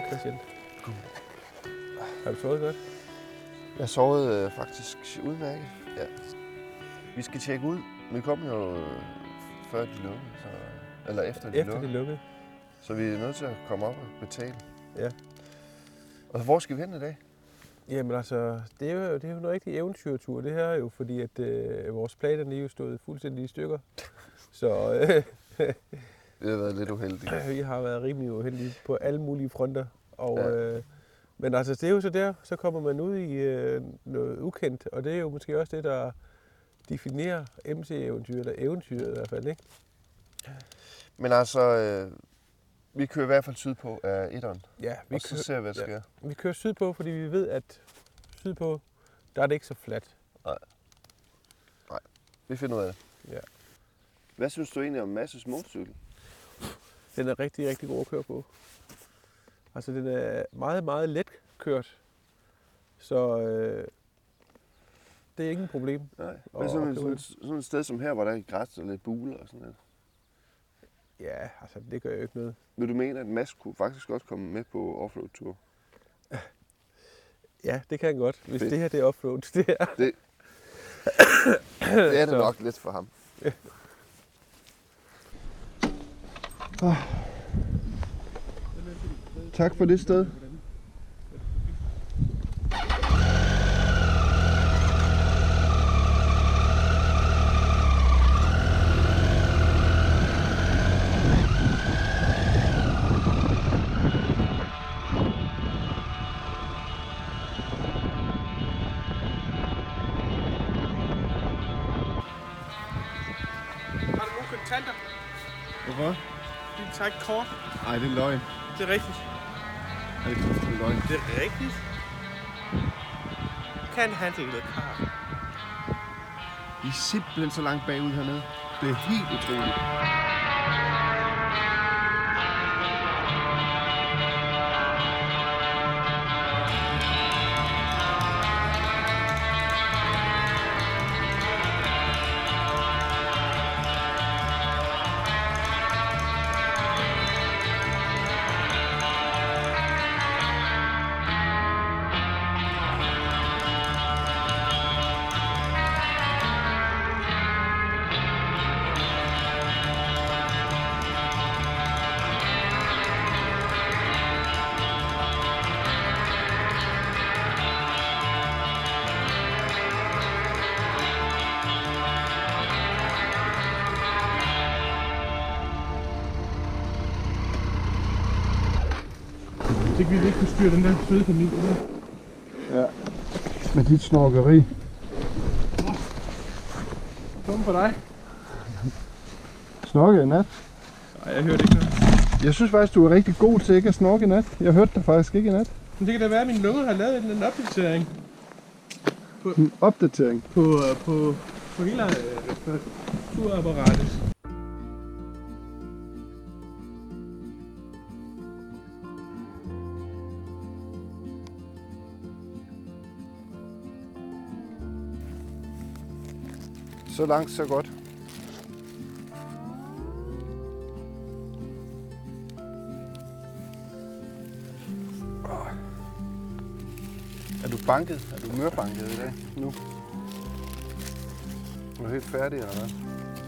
Christian. Har du sovet godt? Jeg sovede faktisk udmærket. Ja. Vi skal tjekke ud. Vi kom jo før de lukkede, eller efter de Efter de lukkede. Så vi er nødt til at komme op og betale. Ja. Og hvor skal vi hen i dag? Jamen altså, det er jo en rigtig eventyrtur. Det her er jo fordi, at vores planer lige er stået fuldstændig i stykker. Så Det har været lidt uheldigt. Vi har været rimelig uheldige på alle mulige fronter. Og, ja. Men altså, det er jo så der, så kommer man ud i noget ukendt. Og det er jo måske også det, der definerer MC-eventyr, eller eventyret i hvert fald, ikke? Men altså, vi kører i hvert fald sydpå af etteren. Ja, og så ser vi, hvad der sker. Vi kører sydpå, fordi vi ved, at sydpå, der er det ikke så fladt. Nej. Vi finder ud af det. Ja. Hvad synes du egentlig om Masses motorcykel? Den er rigtig, rigtig god at køre på. Altså, den er meget, meget let kørt. Så det er ingen problem. Nej. Men sådan et sted som her, hvor der er græs og lidt bule og sådan noget. Ja, altså det gør jo ikke noget. Vil du mene, at Mads kunne faktisk også komme med på offroad-tur? Ja, det kan han godt, hvis det her det er offroad. Det her. Det er det nok lidt for ham. Ja. Tak for det sted. Har du nogle kontanter? Hvorfor? Vi tager ikke kort. Nej, det er løgn. Det er rigtigt. Ja, det er løgn. Det er rigtigt. Can handle the car. I er simpelthen så langt bagud hernede. Det er helt utroligt. Så vi ikke kunne styre den der søde familie der. Ja. Med dit snorkeri. Kom for dig. Snorke i nat? Nej, jeg hørte ikke noget. Jeg synes faktisk, du er rigtig god til ikke at snorke i nat. Jeg hørte dig faktisk ikke i nat. Men det kan da være, at min lunge har lavet en opdatering. En opdatering? På hele turapparatet. Så langt, så godt. Er du banket? Er du mørbanket i dag nu? Er du helt færdig, eller hvad?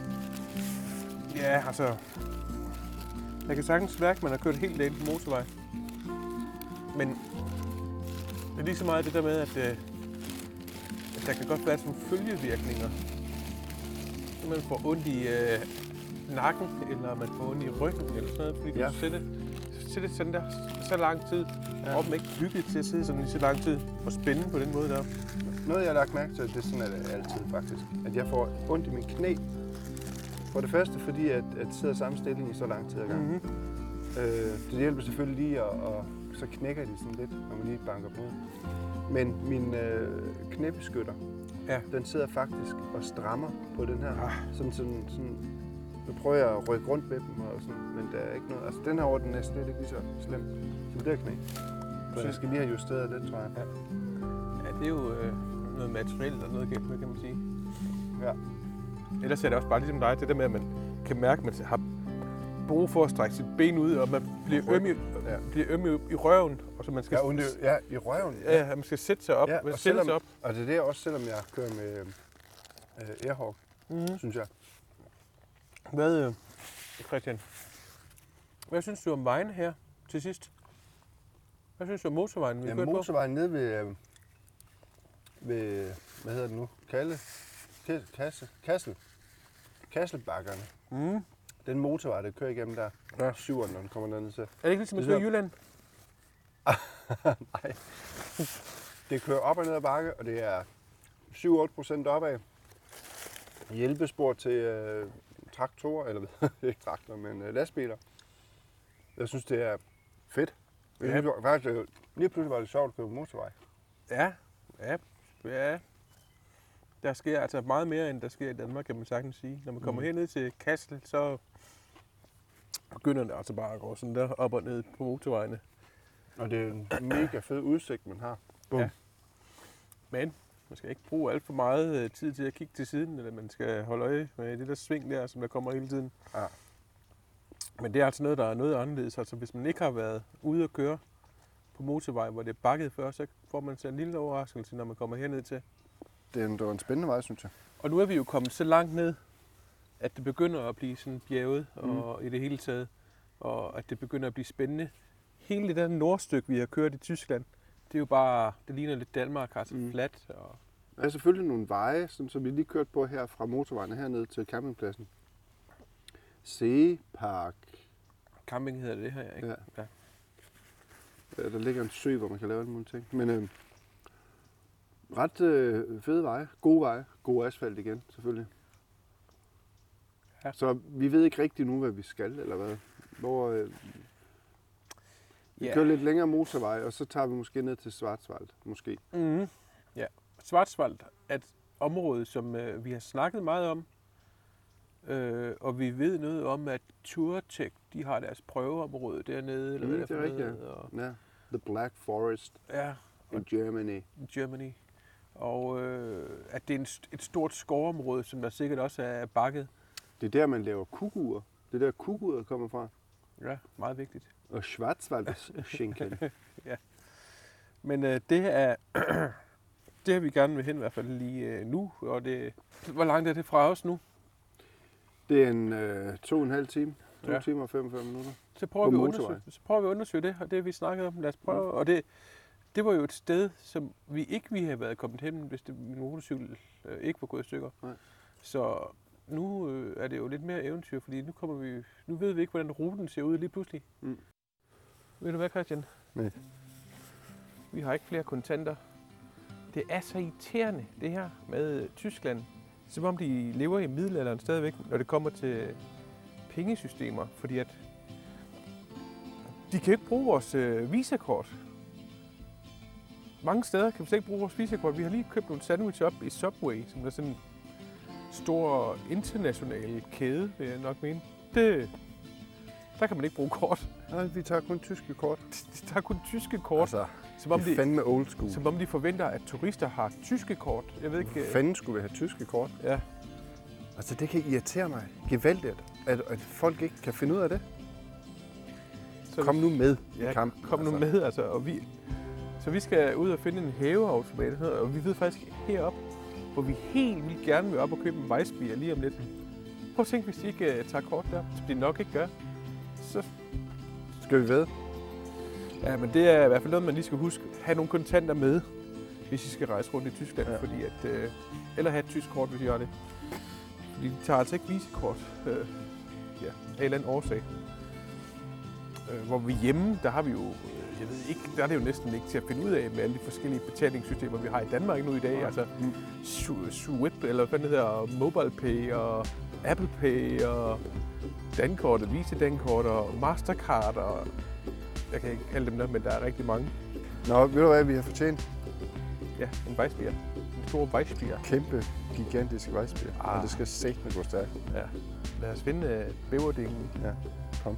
Ja, altså. Jeg kan sagtens mærke, at man har kørt helt ind på motorvej. Men det er lige så meget det der med, at der kan godt være sådan følgevirkninger. Så man får ondt i nakken, eller man får ondt i ryggen, eller sådan noget, fordi du sætter sådan der så lang tid. Ja. Og man ikke bygget til at sidde sådan i så lang tid og spænde på den måde der. Noget, jeg har lagt mærke til, det er sådan, at det altid faktisk. At jeg får ondt i min knæ. For det første, fordi at sidder samme stilling i så lang tid ad gangen. Mm-hmm. Det hjælper selvfølgelig lige, og så knækker de sådan lidt, når man lige banker på. Men min knæbeskytter, den sidder faktisk og strammer på den her. Sådan, nu prøver jeg at rykke rundt med dem, og sådan, men der er ikke noget. Altså den her ord, den er slet ikke lige så slem som det her knæ. Så jeg skal lige have justeret det, tror jeg. Ja, det er jo noget materielt og noget galt med, kan man sige. Ja. Ellers er det også bare ligesom dig, det der med, at man kan mærke, at man har brug for at strække sit ben ud, og man bliver øm i røven, og så man skal i røven. ja, man skal sætte sig op, Ja, og det er det også, selvom jeg kører med Airhawk, synes jeg. Hvad, Christian? Hvad synes du om vejen her til sidst? Hvad synes du om motorvejen, vi kørte på? Motorvejen nede ved hvad hedder det nu? Kasselbakkerne. Den motorvej, der kører igennem der. Ja. 7'eren, når den kommer dernede til. Er det ikke ligesom at køre i Jylland? Nej. Det kører op og ned ad bakke, og det er 7-8% opad. Hjælpespor til traktorer, eller ikke traktorer, men lastbiler. Jeg synes, det er fedt. Jeg synes, faktisk, lige pludselig var det sjovt at køre på motorvej. Ja. Der sker altså meget mere, end der sker i Danmark, kan man sagtens sige. Når man kommer herned til Kassel, så begynder det altså bare at gå sådan der op og ned på motorvejene. Og det er en mega fed udsigt, man har. Ja. Men man skal ikke bruge alt for meget tid til at kigge til siden, eller man skal holde øje med det der sving der, som der kommer hele tiden. Ja. Men det er altså noget, der er noget anderledes. Altså hvis man ikke har været ude at køre på motorvej, hvor det er bakket før, så får man så en lille overraskelse, når man kommer herned til. Det var en spændende vej, synes jeg. Og nu er vi jo kommet så langt ned, at det begynder at blive sådan bjerget og i det hele taget, og at det begynder at blive spændende. Hele det der nordstykke, vi har kørt i Tyskland, det er jo bare, det ligner lidt Danmark, altså fladt. Og der er selvfølgelig nogle veje, som vi lige kørte på her fra motorvejen herned til campingpladsen. Seepark. Camping hedder det her, ikke? Ja. Der ligger en sø, hvor man kan lave alle mulige ting. Men ret fede veje, gode veje, god asfalt igen, selvfølgelig. Ja. Så vi ved ikke rigtig nu, hvad vi skal, eller hvad. Vi kører lidt længere motorvej, og så tager vi måske ned til Schwarzwald, måske. Ja, Schwarzwald er et område, som vi har snakket meget om. Og vi ved noget om, at TourTech, de har deres prøveområde dernede, eller hvad det er rigtigt, ja. The Black Forest in Germany. Og at det er et stort skovområde, som der sikkert også er bakket. Det er der, man laver kuguer. Det er der kuguer kommer fra. Ja, meget vigtigt. Og Schwarzwaldschinken. Ja. Men det har vi gerne vil hen i hvert fald lige nu. Og hvor langt er det fra os nu? Det er en 2,5 time. 2 timer og 45 minutter. Så prøver vi at undersøge det, og det vi snakkede om. Lad os prøve. Og det var jo et sted, som vi ikke ville have været kommet hen, hvis min motorcykel ikke var gået i stykker. Nej. Så nu er det jo lidt mere eventyr, fordi nu ved vi ikke, hvordan ruten ser ud lige pludselig. Ved du hvad, Christian? Nej. Vi har ikke flere kontanter. Det er så irriterende, det her med Tyskland. Som om de lever i middelalderen stadigvæk, når det kommer til pengesystemer. Fordi at de kan ikke bruge vores visakort. Mange steder kan vi slet ikke bruge vores visakort. Vi har lige købt nogle sandwich op i Subway, som er sådan en stor international kæde, vil jeg nok mene. Der kan man ikke bruge kort. Nej, vi tager kun tyske kort. De tager kun tyske kort. Altså, som om det er fandme old school. Som om de forventer, at turister har tyske kort. Jeg ved ikke. Fanden skulle vi have tyske kort? Ja. Altså, det kan irritere mig gevaldigt, at folk ikke kan finde ud af det. Kom nu med i kampen. Kom nu med, altså. Så vi skal ud og finde en hæveautomat, og vi ved faktisk heroppe, hvor vi helt vildt gerne vil op og købe en vejsbier lige om lidt. Prøv at tænke, hvis de ikke tager kort der, som de nok ikke gør. Så skal vi ved. Ja, men det er i hvert fald noget, man lige skal huske. Ha' nogle kontanter med, hvis I skal rejse rundt i Tyskland, fordi at, eller have et tysk kort, hvis I har det. Fordi de tager altså ikke visekort af en eller anden årsag. Hvor vi hjemme, der har vi jo, jeg ved ikke, der er det jo næsten ikke til at finde ud af med alle de forskellige betalingssystemer, vi har i Danmark nu i dag. Altså Swipe, eller hvad det hedder, MobilePay og Apple Pay og Dankort og Visa-dankort og Mastercard og jeg kan ikke kalde dem der, men der er rigtig mange. Nå, ved du hvad vi har fortjent? Ja, en vejsbier. En stor vejsbier. Kæmpe, gigantisk vejsbier. Og det skal sætte gå stærkt. Ja. Lad os finde bæverdingen. Ja, kom.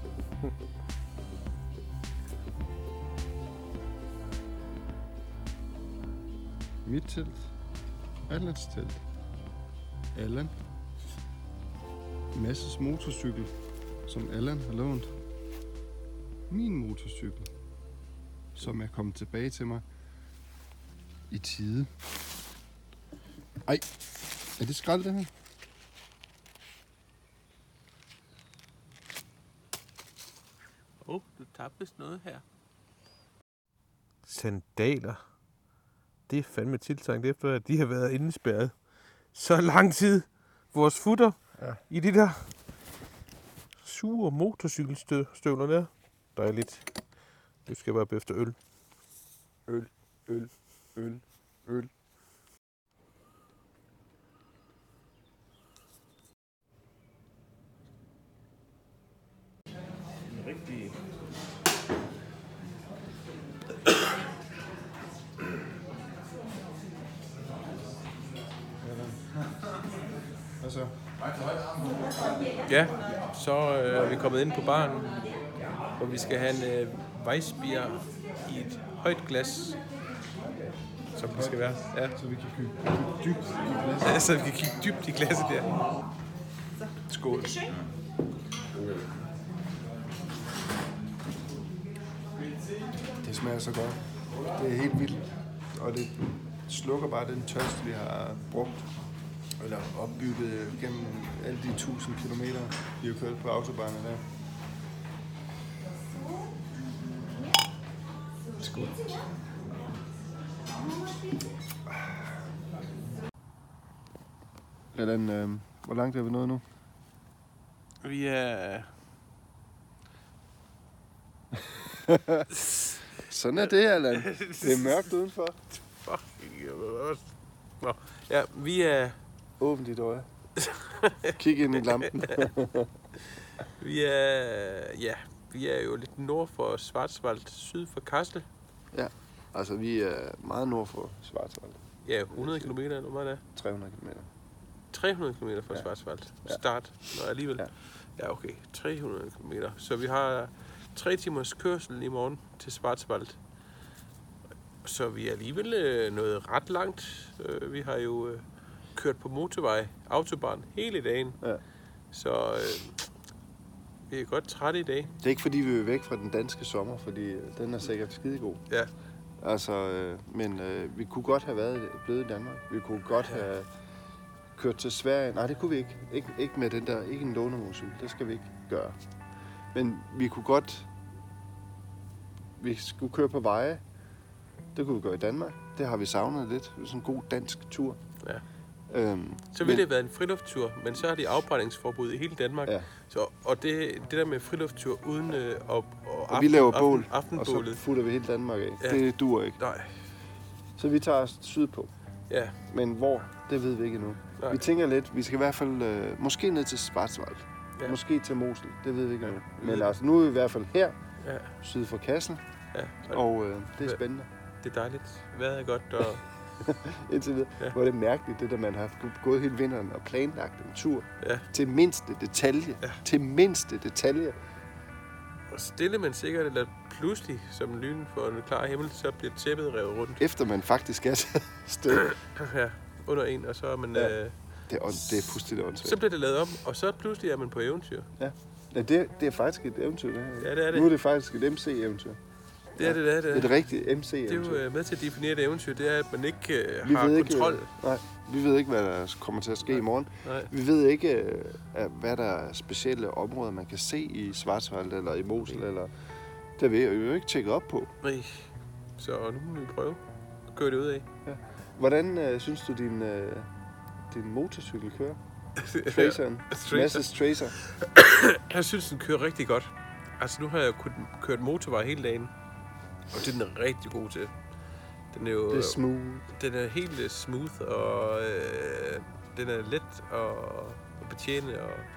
Mit telt. Allans telt. Allan. Masses motorcykel. som Allan har lånt. Min motorcykel, som er kommet tilbage til mig i tide. Ej, er det skrald det her? Du tabte noget her. Sandaler. Det er fandme tiltrængt efter, at de har været indespærret så lang tid. Vores futter i de der sure motorcykelstøvler der. Dejligt. Nu skal jeg bare efter øl. Øl. Rigtig. Hvad så? Ja, så er vi kommet ind på baren, hvor vi skal have en Weissbier i et højt glas, som det skal være. Ja. Så vi kan kigge dybt i glasset. Ja, så vi kan kigge dybt i glasset der. Skål. Det smager så godt. Det er helt vildt. Og det slukker bare den tørst, vi har brugt. Eller opbygget gennem alle de 1000 kilometer, vi har kørt på autobanen der. Skål. Allan, hvor langt er vi nået nu? Vi er... Sådan er det, Allan. Det er mørkt udenfor. Nå, ja, vi er... Åbn dit øje. Kig ind i lampen. Vi er jo lidt nord for Schwarzwald, syd for Kassel. Ja, altså vi er meget nord for Schwarzwald. Ja, 100 km eller hvad det er? 300 km. 300 km fra Schwarzwald. Start. Nå, alligevel. Ja. Ja, okay. 300 km. Så vi har 3 timers kørsel i morgen til Schwarzwald. Så vi er alligevel nået ret langt. Vi har jo kørt på motorvej, autobahn, hele dagen. Ja. Så vi er godt trætte i dag. Det er ikke fordi, vi er væk fra den danske sommer, fordi den er sikkert skidegod. Ja. Altså, men vi kunne godt have blevet i Danmark. Vi kunne godt have kørt til Sverige. Nej, det kunne vi ikke. Ikke med den der, ikke en lånemotorcykel. Det skal vi ikke gøre. Men vi kunne godt... Vi skulle køre på veje. Det kunne vi gøre i Danmark. Det har vi savnet lidt. Sådan en god dansk tur. Ja. Så ville men, det være en friluftstur, men så har de afbrændingsforbud i hele Danmark. Ja. Så, og det der med friluftstur uden og vi laver bål, og aftenbålet. så fulder vi hele Danmark af. Ja. Det duer ikke. Nej. Så vi tager os sydpå. Ja. Men hvor, det ved vi ikke endnu. Nej. Vi tænker lidt, vi skal i hvert fald måske ned til Schwarzwald. Ja. Måske til Mosel, det ved vi ikke endnu. Ja. Men altså, nu er vi i hvert fald her, Ja. syd for Kassel, Ja. og det er spændende. Det er dejligt. Vejret er godt, og Indtil videre. Ja. Hvor er det mærkeligt, det der man har gået hele vinteren og planlagt en tur ja. til mindste detalje. Ja. Til mindste detalje. Og stille men sikkert, eller pludselig som lyn for en klar himmel, så bliver tæppet revet rundt. Efter man faktisk er til sted. Ja, under en, og så er man... Ja. Det er fuldstændig åndssvagt. Så bliver det lavet om, og så pludselig er man på eventyr. Ja, det er faktisk et eventyr, det her. Ja, det er det. Nu er det faktisk et MC-eventyr. Det er det. Det er et rigtigt MC-eventyr. Det er jo med til at definere et eventyr, det er, at man ikke Vi har ved kontrol. Nej, vi ved ikke, hvad der kommer til at ske i morgen. Nej. Vi ved ikke, hvad der er specielle områder, man kan se i Schwarzwald eller i Mosel. Eller... Det vil vi jo ikke tjekke op på. Nej. Så nu må vi prøve at køre det ud af. Ja. Hvordan synes du, din motorcykel kører? Traceren. Masses Tracer. Jeg synes, den kører rigtig godt. Altså, nu har jeg kun kørt motorvej hele dagen. Og det er den rigtig god til. Den er jo... Det er smooth. Den er helt smooth, og den er let at betjene.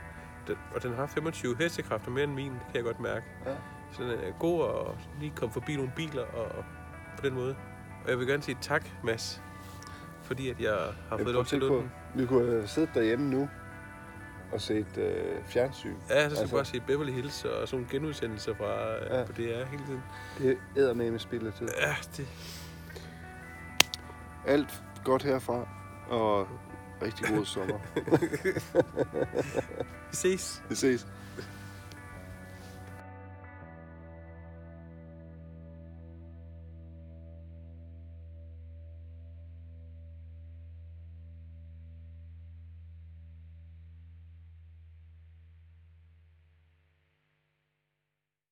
Og den har 25 hestekræfter mere end min, det kan jeg godt mærke. Ja. Så den er god at lige komme forbi nogle biler og på den måde. Og jeg vil gerne sige tak, Mads, fordi at jeg har fået lov til at låne den. Vi kunne have siddet derhjemme nu og set fjernsyn. Ja, så skal bare se Beverly Hills og sådan nogle genudsendelser fra på DR hele tiden. Det æder med spild af tid. Ja, det... Alt godt herfra, og rigtig god sommer. Vi ses. Vi ses.